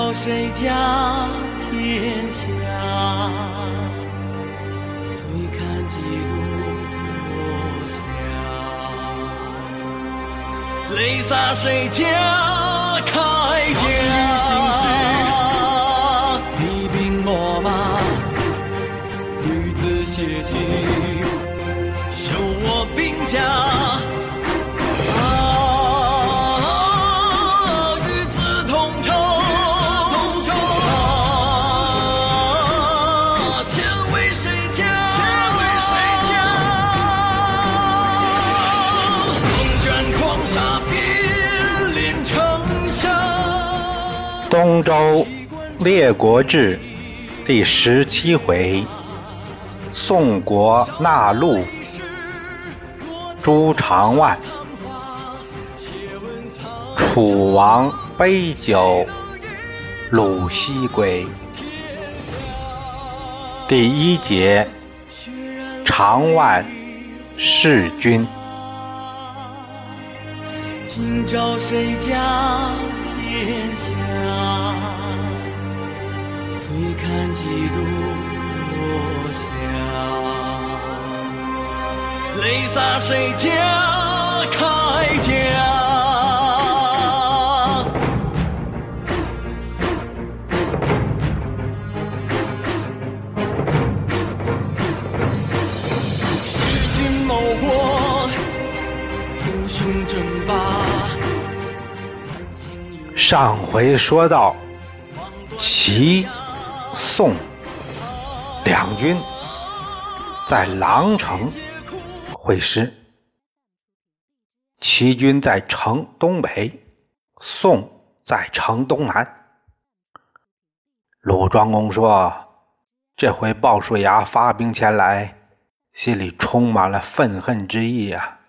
朝谁家天下，醉看几度落霞。泪洒谁家铠甲，行事你兵秣马，女子写信修我兵家。 东周列国志第17回，宋国纳陆，诛长万，楚王杯酒，鲁西归。第1节，长万弑君。 今朝谁家天下，醉看几度落霞。泪洒谁家铠甲，弑君谋国，图雄争霸。 上回说到齐、宋两军在狼城会师，齐军在城东北，宋在城东南。鲁庄公说，这回鲍叔牙发兵前来，心里充满了愤恨之意啊。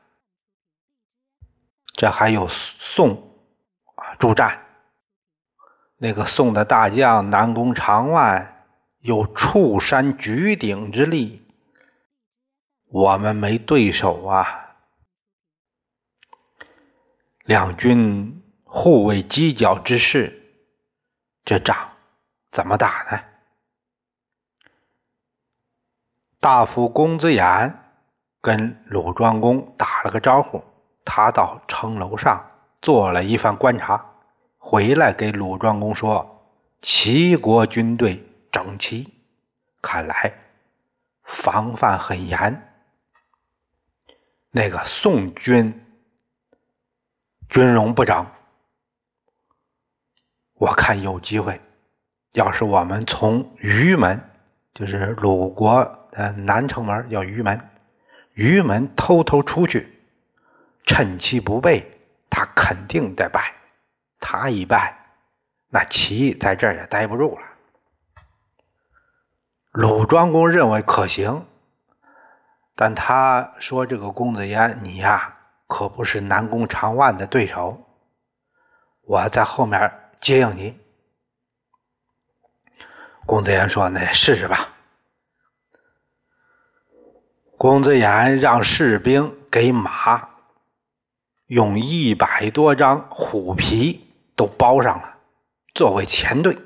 这还有宋助战，那个宋的大将南宫长万有触山举鼎之力，我们没对手啊。两军互为犄角之势，这仗怎么打呢？大夫公子偃跟鲁庄公打了个招呼，他到城楼上做了一番观察，回来给鲁庄公说，齐国军队整齐，看来防范很严。那个宋军军容不整，我看有机会，要是我们从鱼门，就是鲁国的南城门叫鱼门，鱼门偷偷出去，趁其不备，他肯定得败。他一败，那齐在这儿也待不住了。鲁庄公认为可行，但他说，这个公子偃，你呀可不是南宫长万的对手，我在后面接应你。公子偃说，那试试吧。公子偃让士兵给马用100多张虎皮都包上了，作为前队，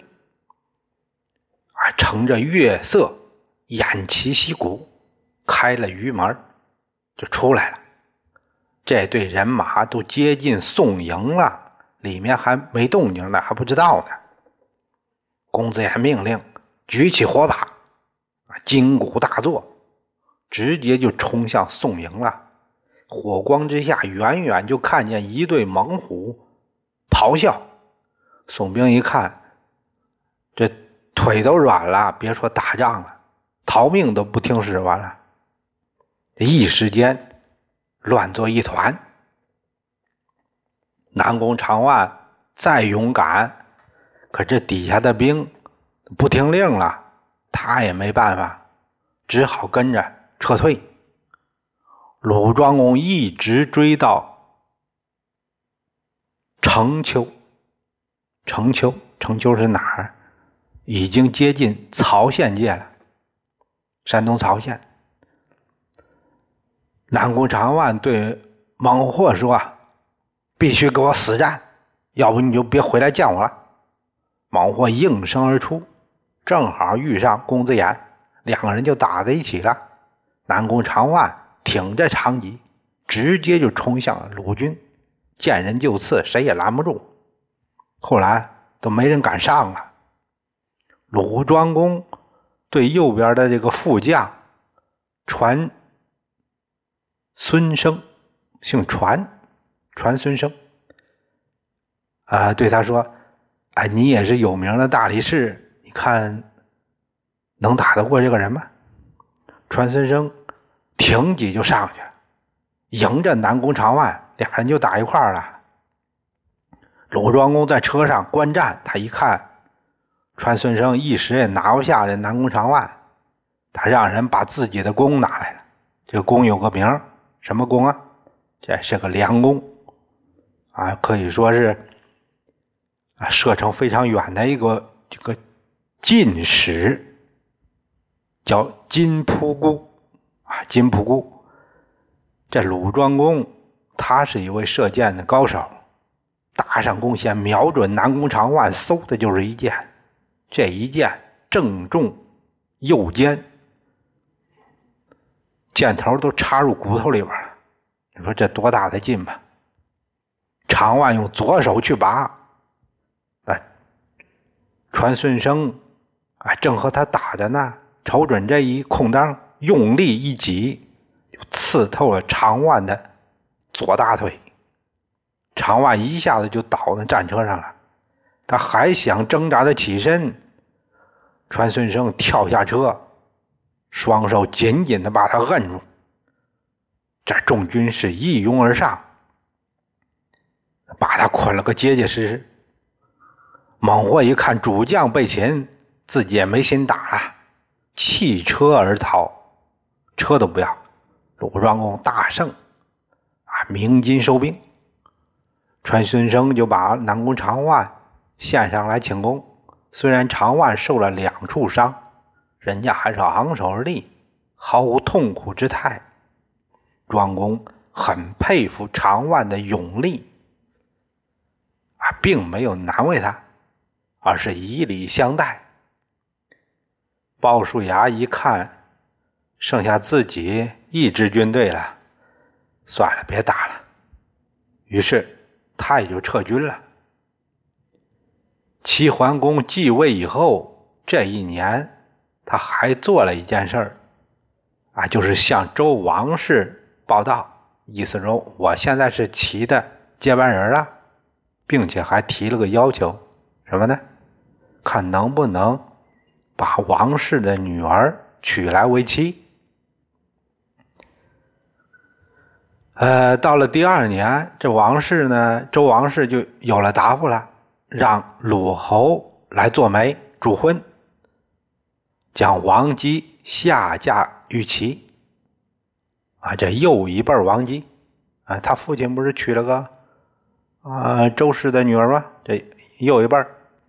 乘着月色偃旗息鼓，开了鱼门就出来了。这队人马都接近宋营了，里面还没动静呢，还不知道呢。公子偃命令举起火把，金鼓大作，直接就冲向宋营了。火光之下，远远就看见一对猛虎咆哮。宋兵一看，这腿都软了，别说打仗了，逃命都不听使唤了。一时间乱作一团。南宫长万再勇敢，可这底下的兵不听令了，他也没办法，只好跟着撤退。鲁庄公一直追到城丘。城丘是哪儿？已经接近曹县界了，山东曹县。南宫长万对孟获说，必须给我死战，要不你就别回来见我了。 猛火应声而出，正好遇上公子偃，两个人就打在一起了。南宫长万挺着长戟，直接就冲向了鲁军，见人就刺，谁也拦不住。后来都没人敢上了。鲁庄公对右边的这个副将传孙生，姓传孙生，对他说：“哎，你也是有名的大力士，你看能打得过这个人吗？”传孙生挺戟就上去了，迎着南宫长万，俩人就打一块儿了。鲁庄公在车上观战，他一看传孙生一时也拿不下这南宫长万，他让人把自己的弓拿来了。这个弓有个名，什么弓啊？这是个良弓啊，可以说是射程非常远的一个这个进矢，叫金扑孤啊，金扑孤。这鲁庄公他是一位射箭的高手，搭上弓弦，瞄准南宫长万，嗖的就是一箭。这一箭正中右肩，箭头都插入骨头里边了。你说这多大的劲吧？长万用左手去拔，传孙生正和他打着呢，瞅准这一空当，用力一击，就刺透了长万的左大腿。长万一下子就倒在战车上了，他还想挣扎的起身，传孙生跳下车，双手紧紧的把他摁住。这众军是一拥而上，把他捆了个结结实实。猛火一看主将被擒，自己也没心打了，弃车而逃，车都不要。鲁庄公大胜鸣金收兵。传孙生就把南宫长万献上来请功，虽然长万受了2处伤，人家还是昂首而立，毫无痛苦之态。庄公很佩服长万的勇力并没有难为他，而是以礼相待。鲍叔牙一看剩下自己一支军队了，算了，别打了，于是他也就撤军了。齐桓公继位以后，这一年他还做了一件事儿就是向周王室报道，意思说我现在是齐的接班人了，并且还提了个要求，什么呢？看能不能把王室的女儿娶来为妻。到了第2年，这王室呢，周王室就有了答复了，让鲁侯来做媒主婚，将王姬下嫁于齐。这又一辈王姬他父亲不是娶了个周氏的女儿吗？这又一辈。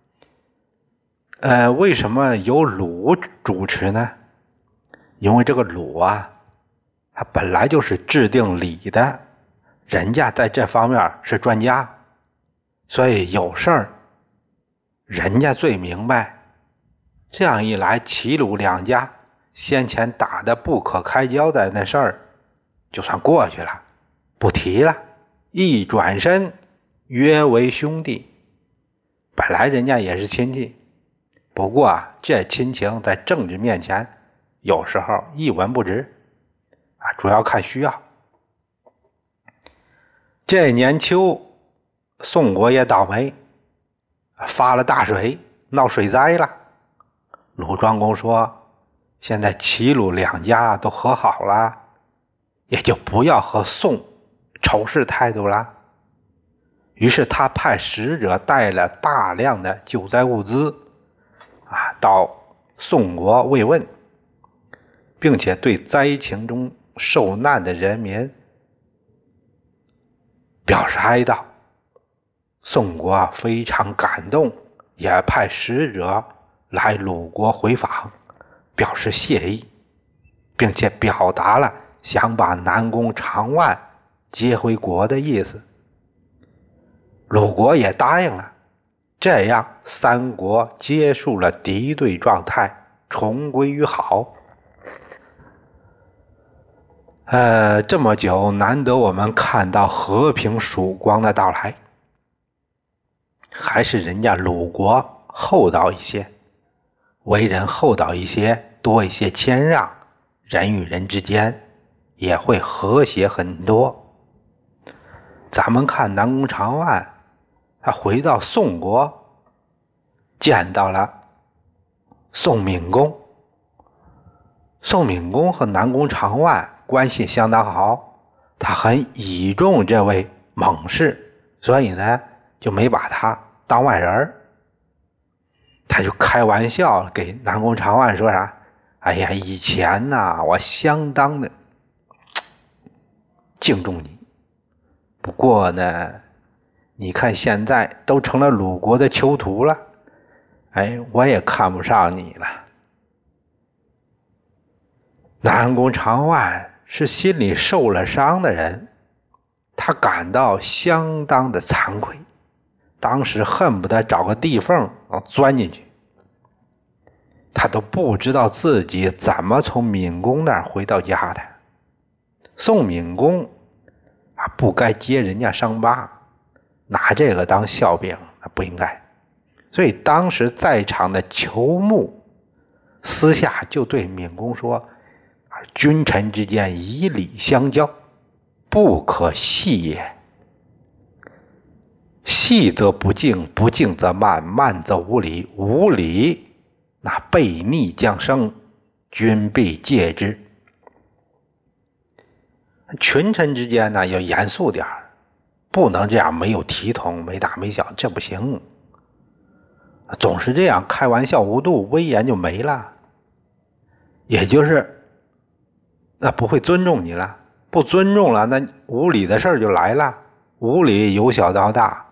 为什么由鲁主持呢？因为这个鲁他本来就是制定礼的，人家在这方面是专家，所以有事儿人家最明白。这样一来，齐鲁两家先前打得不可开交的那事儿就算过去了，不提了，一转身约为兄弟。本来人家也是亲戚，不过这亲情在政治面前有时候一文不值主要看需要。这年秋，宋国也倒霉，发了大水，闹水灾了。鲁庄公说，现在齐鲁两家都和好了，也就不要和宋仇视态度了。于是他派使者带了大量的救灾物资到宋国慰问，并且对灾情中受难的人民表示哀悼。宋国非常感动，也派使者来鲁国回访，表示谢意，并且表达了想把南宫长万接回国的意思。鲁国也答应了， 这样三国结束了敌对状态，重归于好。这么久难得我们看到和平曙光的到来，还是人家鲁国厚道一些，为人厚道一些，多一些谦让，人与人之间也会和谐很多。咱们看南宫长万，他回到宋国，见到了宋闵公。宋闵公和南宫长万关系相当好，他很倚重这位猛士，所以呢就没把他当外人。他就开玩笑给南宫长万说啥，哎呀，以前呢我相当的敬重你，不过呢你看现在都成了鲁国的囚徒了，我也看不上你了。南宫长万是心里受了伤的人，他感到相当的惭愧，当时恨不得找个地缝钻进去。他都不知道自己怎么从闵公那儿回到家的。宋闵公不该揭人家伤疤，拿这个当笑柄，不应该。所以当时在场的裘牧私下就对闵公说，君臣之间以礼相交，不可戏也。戏则不敬，不敬则慢，慢则无礼，无礼那悖逆将生，君必戒之。群臣之间呢要严肃点，不能这样没有体统，没大没小，这不行。总是这样开玩笑无度，威严就没了，也就是那不会尊重你了，不尊重了，那无礼的事儿就来了，无礼由小到大，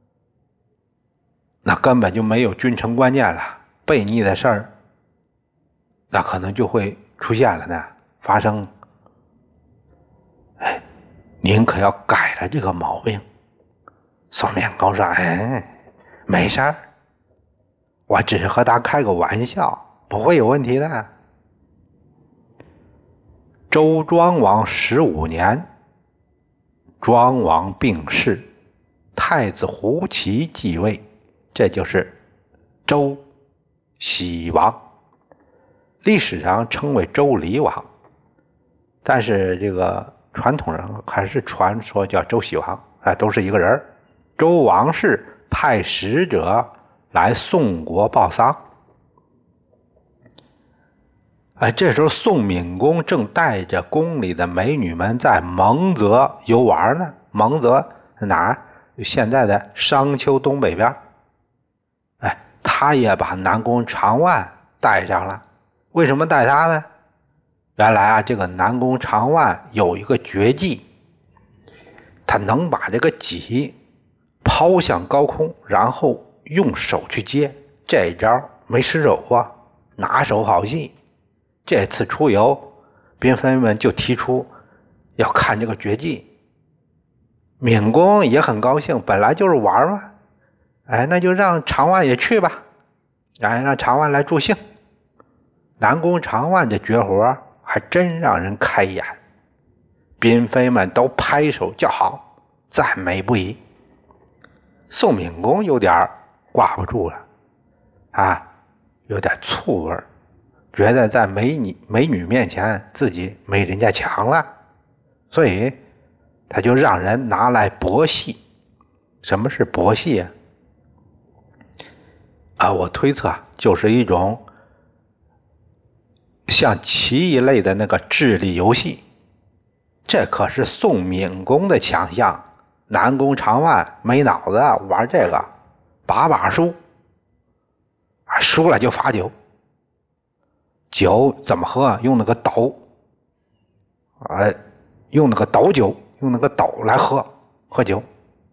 那根本就没有君臣观念了，悖逆的事儿那可能就会出现了呢，发生。您可要改了这个毛病。宋闵公说，没事儿，我只是和他开个玩笑，不会有问题的。周庄王15年，庄王病逝，太子胡齐继位，这就是周喜王，历史上称为周厉王，但是这个传统人还是传说叫周喜王，都是一个人。周王室派使者来宋国报丧，这时候宋闵公正带着宫里的美女们在蒙泽游玩呢。蒙泽哪儿？现在的商丘东北边。他也把南宫长万带上了。为什么带他呢？原来这个南宫长万有一个绝技，他能把这个戟抛向高空，然后用手去接。这一招没失手啊，拿手好戏。这次出游，嫔妃们就提出要看这个绝技。闵公也很高兴，本来就是玩嘛，那就让长万也去吧，让长万来助兴。南宫长万这绝活还真让人开眼，嫔妃们都拍手叫好，赞美不已。宋闵公有点挂不住了，有点醋味，觉得在美女面前自己没人家强了，所以他就让人拿来博戏。什么是博戏我推测就是一种像棋一类的那个智力游戏。这可是宋闵公的强项，南宫长万没脑子玩这个，把把输，输了就罚酒。酒怎么喝？用那个斗，用那个斗酒，用那个斗来喝酒，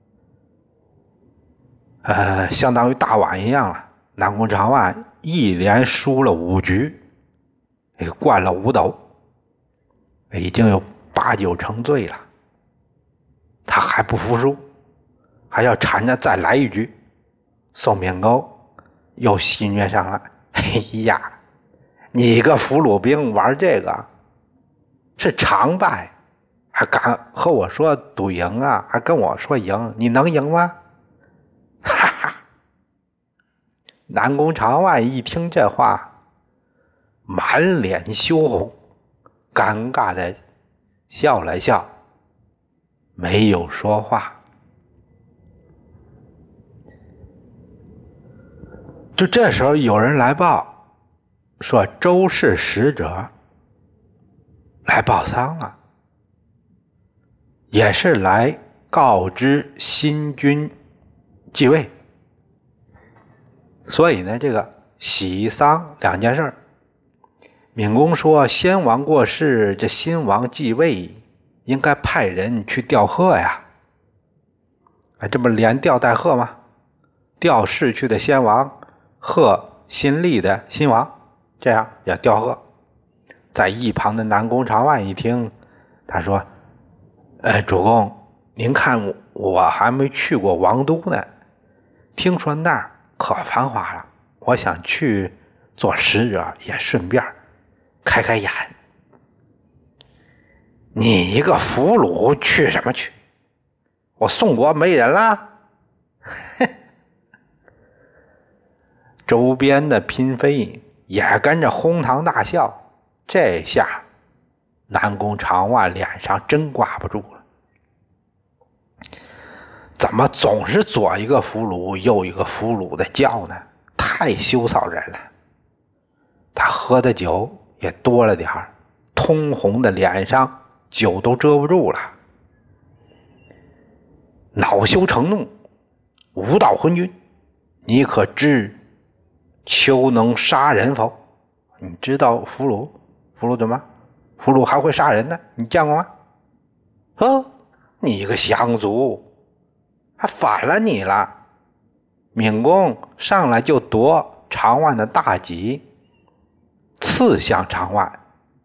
相当于大碗一样了。南宫长万一连输了5局，灌了5斗，已经有8、9成醉了。他还不服输，还要缠着再来一局。 宋敏公又戏谑上了：“哎呀，你个俘虏兵玩这个是常败，还敢和我说赌赢啊？还跟我说赢，你能赢吗？”哈哈！南宫长万一听这话，满脸羞红，尴尬的笑了笑，没有说话。就这时候有人来报，说周氏使者来报丧了，也是来告知新君继位。所以呢，这个喜丧两件事。闵公说先王过世，这新王继位应该派人去吊贺呀。这不连吊带贺吗？吊逝去的先王，贺新立的新王，这样也吊贺。在一旁的南宫长万一听，他说：“主公，您看我还没去过王都呢，听说那儿可繁华了，我想去做使者，也顺便开开眼。”“你一个俘虏去什么去？我宋国没人了？”周边的嫔妃也跟着哄堂大笑。这下南宫长万脸上真挂不住了。怎么总是左一个俘虏右一个俘虏的叫呢？太羞臊人了。他喝的酒也多了点儿，通红的脸上酒都遮不住了。恼羞成怒，无道昏君，你可知丘能杀人否？你知道俘虏怎么？俘虏还会杀人呢？你见过吗？你个降卒，还反了你了！闵公上来就夺长万的大戟，刺向长万。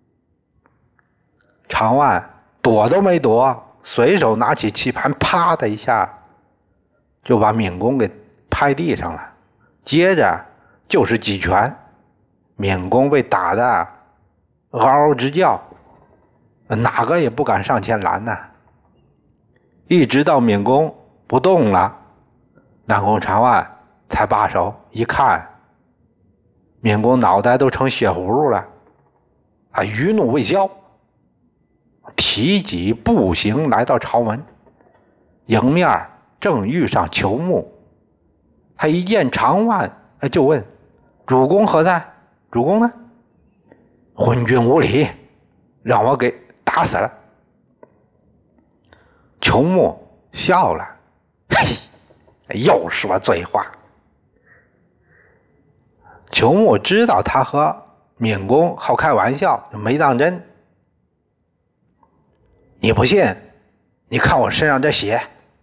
长万躲都没躲，随手拿起棋盘，啪的一下就把闵公给拍地上了。接着就是几拳，闵公被打得嗷嗷直叫，哪个也不敢上前拦呢。一直到闵公不动了，南宫长万才罢手，一看闵公脑袋都成血葫芦了，余怒未消，提戟步行来到朝门，迎面正遇上裘木。他一见长万就问：“主公何在？主公呢？”“昏君无礼，让我给打死了。”裘木笑了：“嘿，又说醉话。”裘木知道他和闵公好开玩笑，没当真。“你不信，你看我身上这血。”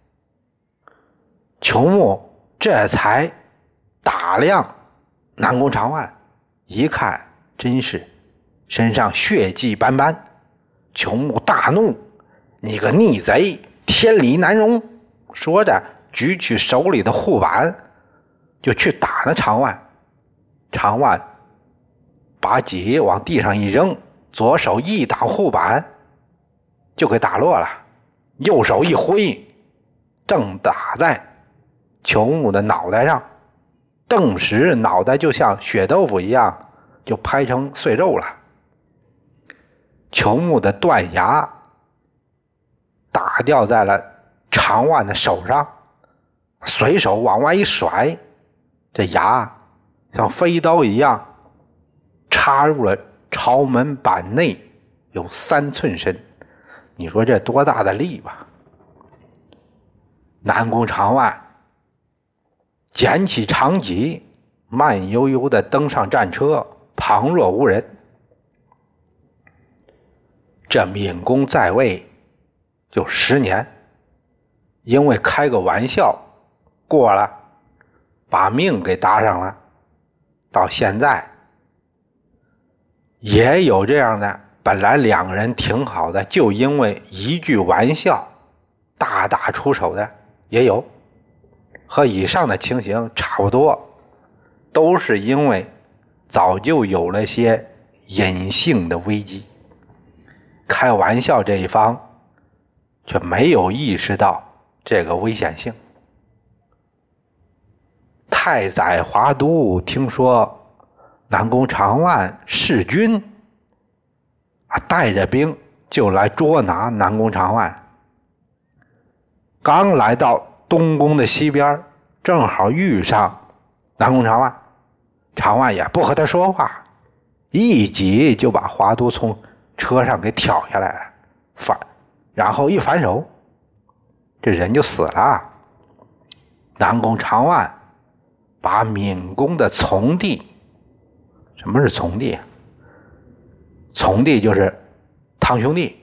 裘木这才打量南宫长万，一看真是身上血迹斑斑。裘木大怒：“你个逆贼，天理难容！”说着举起手里的护板就去打那长万。长万把戟往地上一扔，左手一挡护板就给打落了，右手一挥，正打在裘木的脑袋上，顿时脑袋就像血豆腐一样就拍成碎肉了。裘木的断牙打掉在了长万的手上，随手往外一甩，这牙像飞刀一样插入了朝门板内，有3寸深。你说这多大的力吧？南宫长万捡起长戟，慢悠悠地登上战车，旁若无人。这闵公在位就10年，因为开个玩笑过了，把命给搭上了。到现在也有这样的，本来2个人挺好的，就因为一句玩笑大打出手的也有。 和以上的情形差不多，都是因为早就有了些隐性的危机。开玩笑这一方却没有意识到这个危险性。太宰华都听说南宫长万弑君，带着兵就来捉拿南宫长万。刚来到东宫的西边，正好遇上南宫长万，长万也不和他说话，一挤就把华都从车上给挑下来了，然后一反手，这人就死了。南宫长万把闵公的从弟，什么是从弟？从弟就是堂兄弟，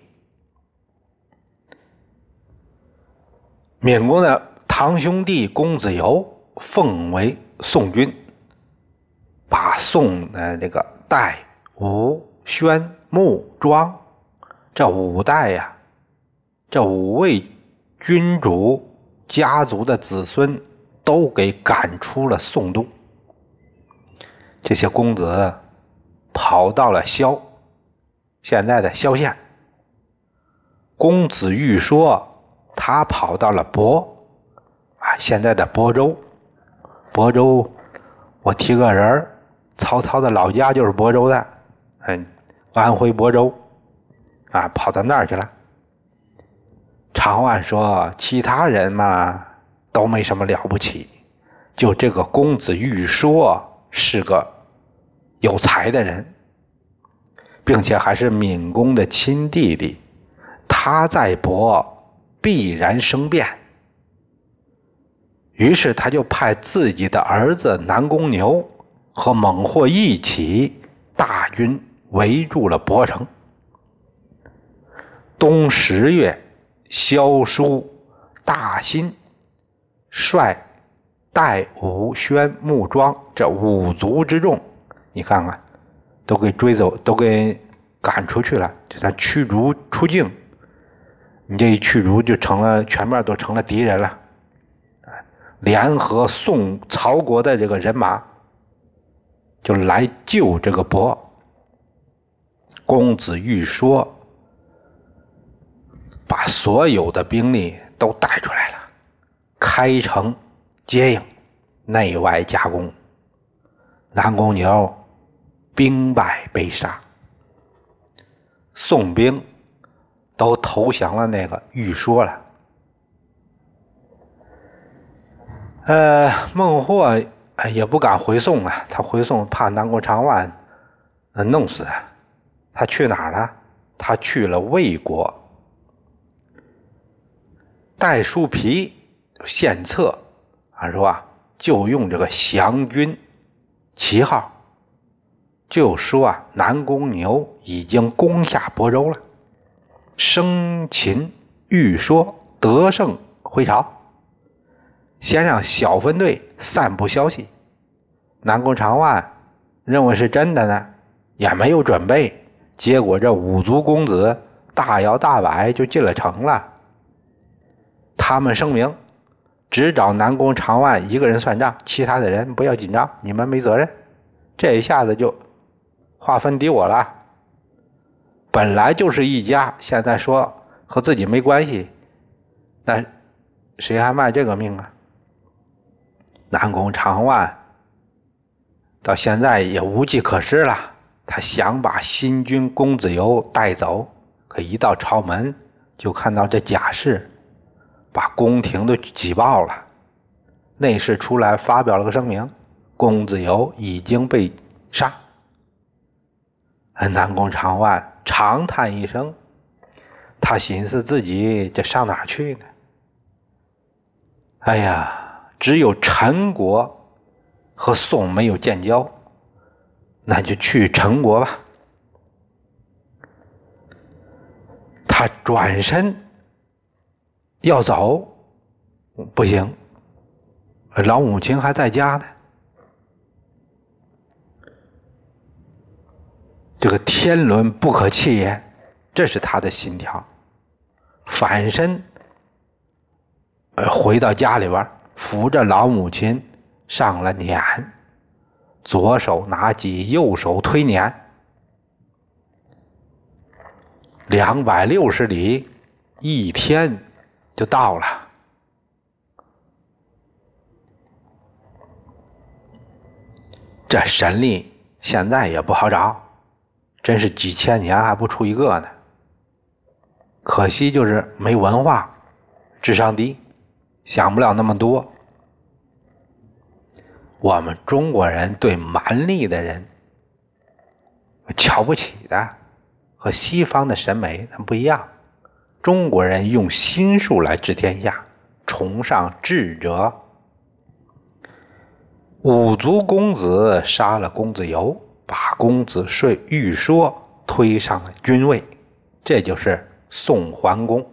闵公的堂兄弟公子游奉为宋君，把宋的这个代、武、宣、穆、庄这5代呀，这5位君主家族的子孙都给赶出了宋都。这些公子跑到了萧，现在的萧县。公子玉说他跑到了亳，现在的亳州。亳州我提个人，曹操的老家就是亳州的，安徽亳州跑到那儿去了。长万说其他人嘛都没什么了不起，就这个公子玉说是个有才的人，并且还是闵公的亲弟弟，他在亳必然生变。于是他就派自己的儿子南宫牛和猛获一起大军围住了亳城。冬10月，萧叔、大辛率代、武、宣、穆、庄这5族之众，你看看都给追走，都给赶出去了，就算驱逐出境。你这一驱逐就成了全面都成了敌人了。联合宋曹国的这个人马就来救这个亳。公子玉说把所有的兵力都带出来了，开城接应，内外夹攻。南宫牛兵败被杀，宋兵都投降了那个玉说了。孟获也不敢回宋了，他回宋怕南宫长万弄死他。他去哪儿了？他去了魏国。戴叔皮献策说就用这个降军旗号，就说南宫牛已经攻下亳州了，生擒玉说得胜回朝。先让小分队散布消息，南宫长万认为是真的呢，也没有准备，结果这5族公子大摇大摆就进了城了。他们声明只找南宫长万一个人算账，其他的人不要紧张，你们没责任。这一下子就划分敌我了，本来就是一家，现在说和自己没关系，那谁还卖这个命啊？南宫长万到现在也无计可施了，他想把新君公子游带走，可一到朝门就看到这贾氏把宫廷都挤爆了。内侍出来发表了个声明，公子游已经被杀。南宫长万长叹一声，他寻思自己这上哪去呢？哎呀，只有陈国和宋没有建交，那就去陈国吧。他转身要走，不行，老母亲还在家呢。这个天伦不可弃也，这是他的心条。反身回到家里边， 扶着老母亲上了辇，左手拿戟，右手推辇，260里，一天就到了。这神力现在也不好找，真是几千年还不出一个呢。可惜就是没文化，智商低，想不了那么多。我们中国人对蛮力的人瞧不起的，和西方的审美不一样。中国人用心术来治天下，崇尚智者。五族公子杀了公子游，把公子玉说推上了君位，这就是宋桓公。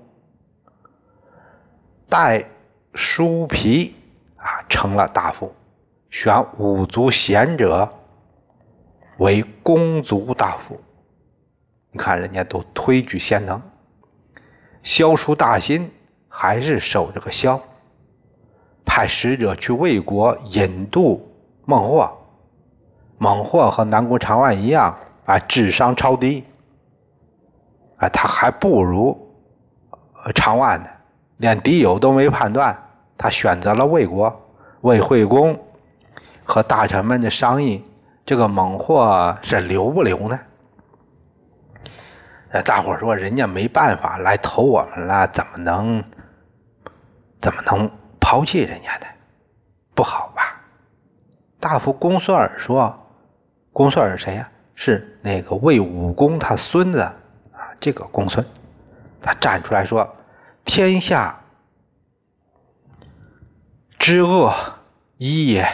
戴叔皮成了大夫，选五族贤者为公族大夫。你看人家都推举贤能。萧叔大辛还是守着个萧，派使者去魏国引渡孟获。孟获和南宫长万一样智商超低，他还不如长万呢，连敌友都没判断，他选择了魏国。魏惠公和大臣们的商议，这个孟获是留不留呢？大伙说人家没办法来投我们了，怎么能抛弃人家呢？不好吧？大夫公孙尔说，公孙尔谁呀？是那个魏武公他孙子这个公孙，他站出来说，天下之恶一也，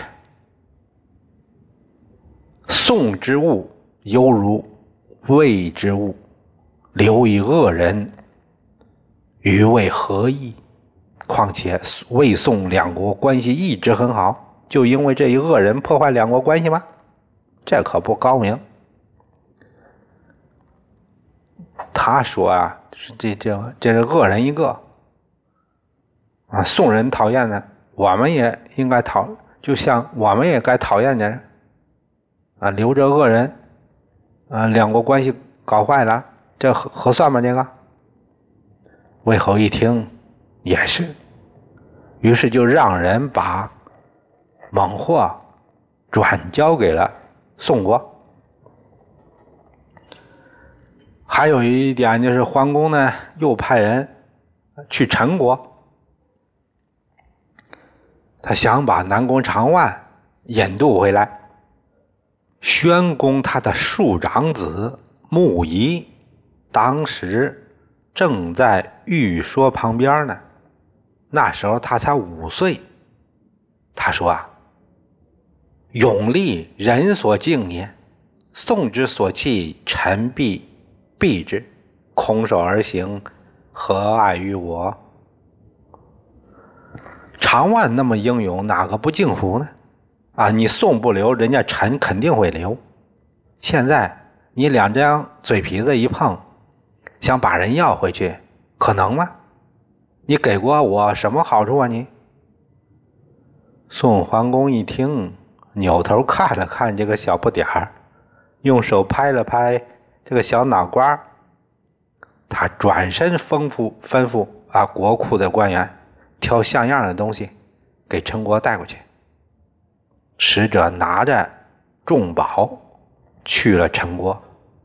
宋之物犹如魏之物，留以恶人，与魏何异？况且魏宋两国关系一直很好，就因为这一恶人破坏两国关系吗？这可不高明。他说这是恶人一个宋人讨厌的，我们也应该就像我们也该讨厌的留着恶人两国关系搞坏了，这合算吗？这个魏侯一听也是，于是就让人把孟获转交给了宋国。还有一点就是桓公呢，又派人去陈国，他想把南宫长万引渡回来。宣公他的庶长子穆仪当时正在玉说旁边呢，那时候他才5岁。他说永历人所敬也，宋之所弃，臣必避之，空手而行，何碍于我？长万那么英勇，哪个不敬服呢？你宋不留，人家臣肯定会留。现在你两张嘴皮子一碰，想把人要回去，可能吗？你给过我什么好处啊你？宋桓公一听，扭头看了看这个小不点儿，用手拍了拍这个小脑瓜，他转身吩咐国库的官员挑像样的东西给陈国带过去。使者拿着重宝去了陈国。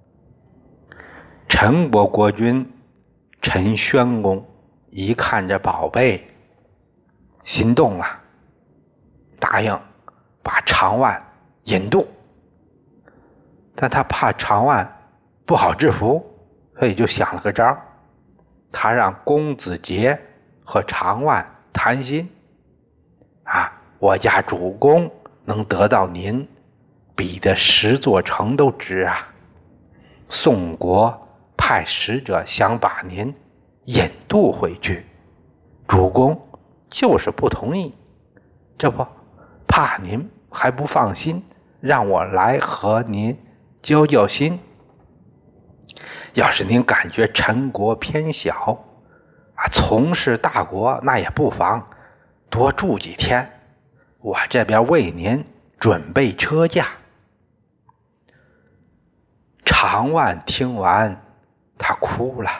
陈国国君陈宣公一看这宝贝，心动了，答应把长万引渡。但他怕长万不好制服，所以就想了个招，他让公子杰和长万谈心我家主公能得到您，比的10座城都值宋国派使者想把您引渡回去，主公就是不同意，这不怕您还不放心，让我来和您交心。要是您感觉陈国偏小从事大国，那也不妨多住几天，我这边为您准备车驾。常万听完，他哭了。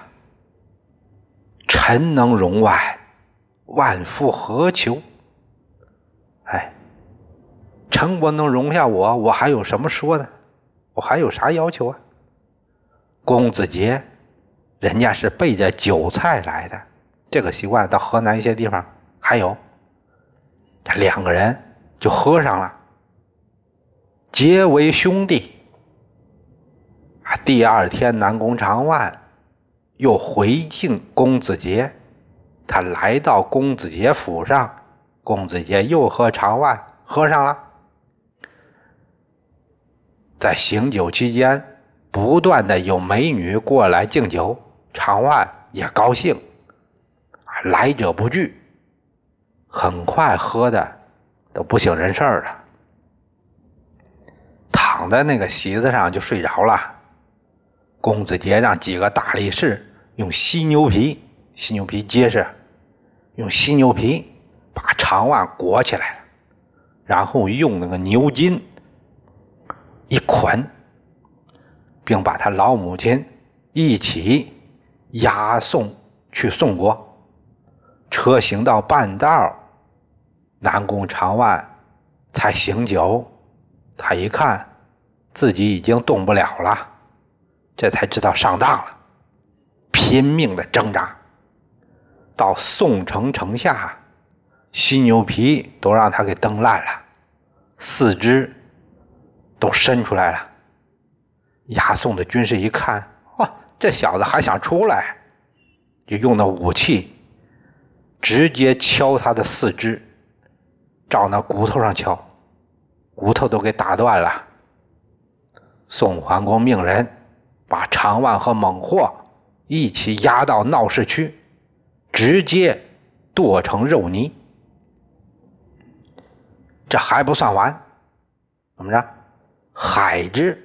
臣能容外，万夫何求？哎，陈国能容下我还有什么说的？我还有啥要求啊？公子杰人家是背着韭菜来的，这个习惯到河南一些地方还有。两个人就喝上了，结为兄弟。第二天南宫长万又回敬公子杰，他来到公子杰府上，公子杰又和长万喝上了。在醒酒期间，不断的有美女过来敬酒，长万也高兴，来者不拒，很快喝的都不省人事了，躺在那个席子上就睡着了。公子杰让几个大力士用犀牛皮结实，用犀牛皮把长万裹起来了，然后用那个牛筋一捆，并把他老母亲一起押送去宋国。车行到半道，南宫长万才醒酒，他一看自己已经动不了了，这才知道上当了，拼命的挣扎。到宋城城下，犀牛皮都让他给蹬烂了，四肢都伸出来了。押送的军士一看，这小子还想出来，就用那武器直接敲他的四肢，照那骨头上敲，骨头都给打断了。宋桓公命人把长万和猛货一起押到闹市区，直接剁成肉泥。这还不算完，怎么着？海之。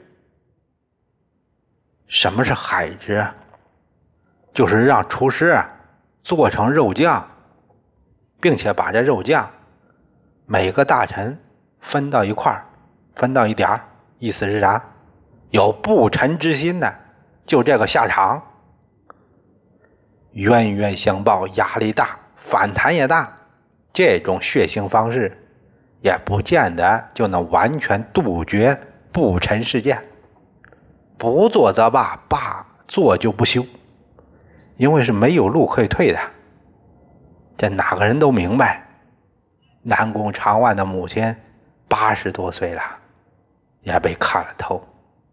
什么是海之啊？就是让厨师做成肉酱，并且把这肉酱每个大臣分到一块，分到一点，意思是啥？有不臣之心的就这个下场。冤冤相报，压力大，反弹也大，这种血腥方式也不见得就能完全杜绝不臣事件。不做则罢，罢做就不休，因为是没有路可以退的。这哪个人都明白，南宫长万的母亲80多岁了，也被看了透。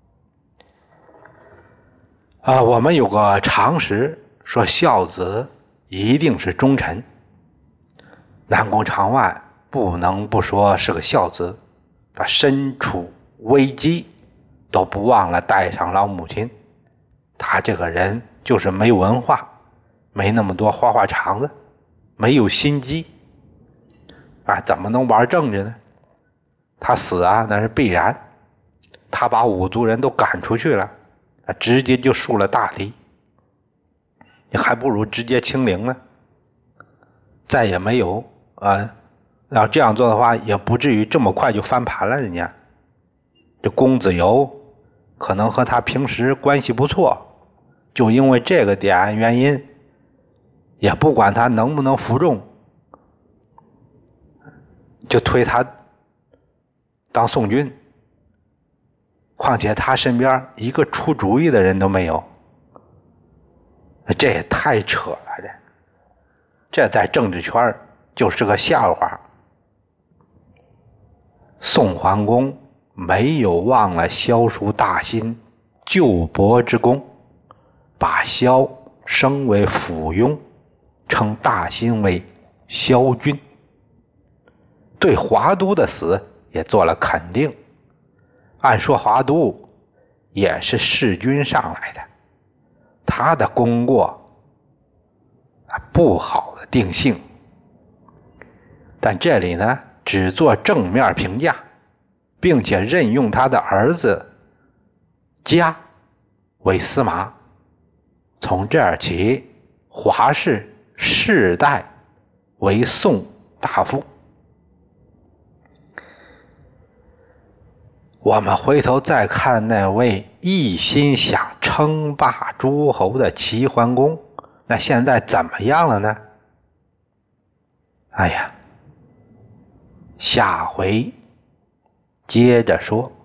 我们有个常识，说孝子一定是忠臣。南宫长万不能不说是个孝子，他身处危机都不忘了带上老母亲。他这个人就是没文化，没那么多花花肠子，没有心机怎么能玩政治呢？他死那是必然。他把五族人都赶出去了，直接就树了大敌，你还不如直接清零呢。再也没有要这样做的话，也不至于这么快就翻盘了。人家这公子游可能和他平时关系不错，就因为这个点原因，也不管他能不能服众，就推他当宋军。况且他身边一个出主意的人都没有，这也太扯了。这在政治圈就是个笑话。宋桓公没有忘了萧叔大辛救伯之功，把萧升为辅庸，称大辛为萧君，对华都的死也做了肯定。按说华都也是弑君上来的，他的功过不好的定性，但这里呢只做正面评价，并且任用他的儿子嘉为司马。从这儿起，华氏世代为宋大夫。我们回头再看那位一心想称霸诸侯的齐桓公，那现在怎么样了呢？哎呀，下回接着说。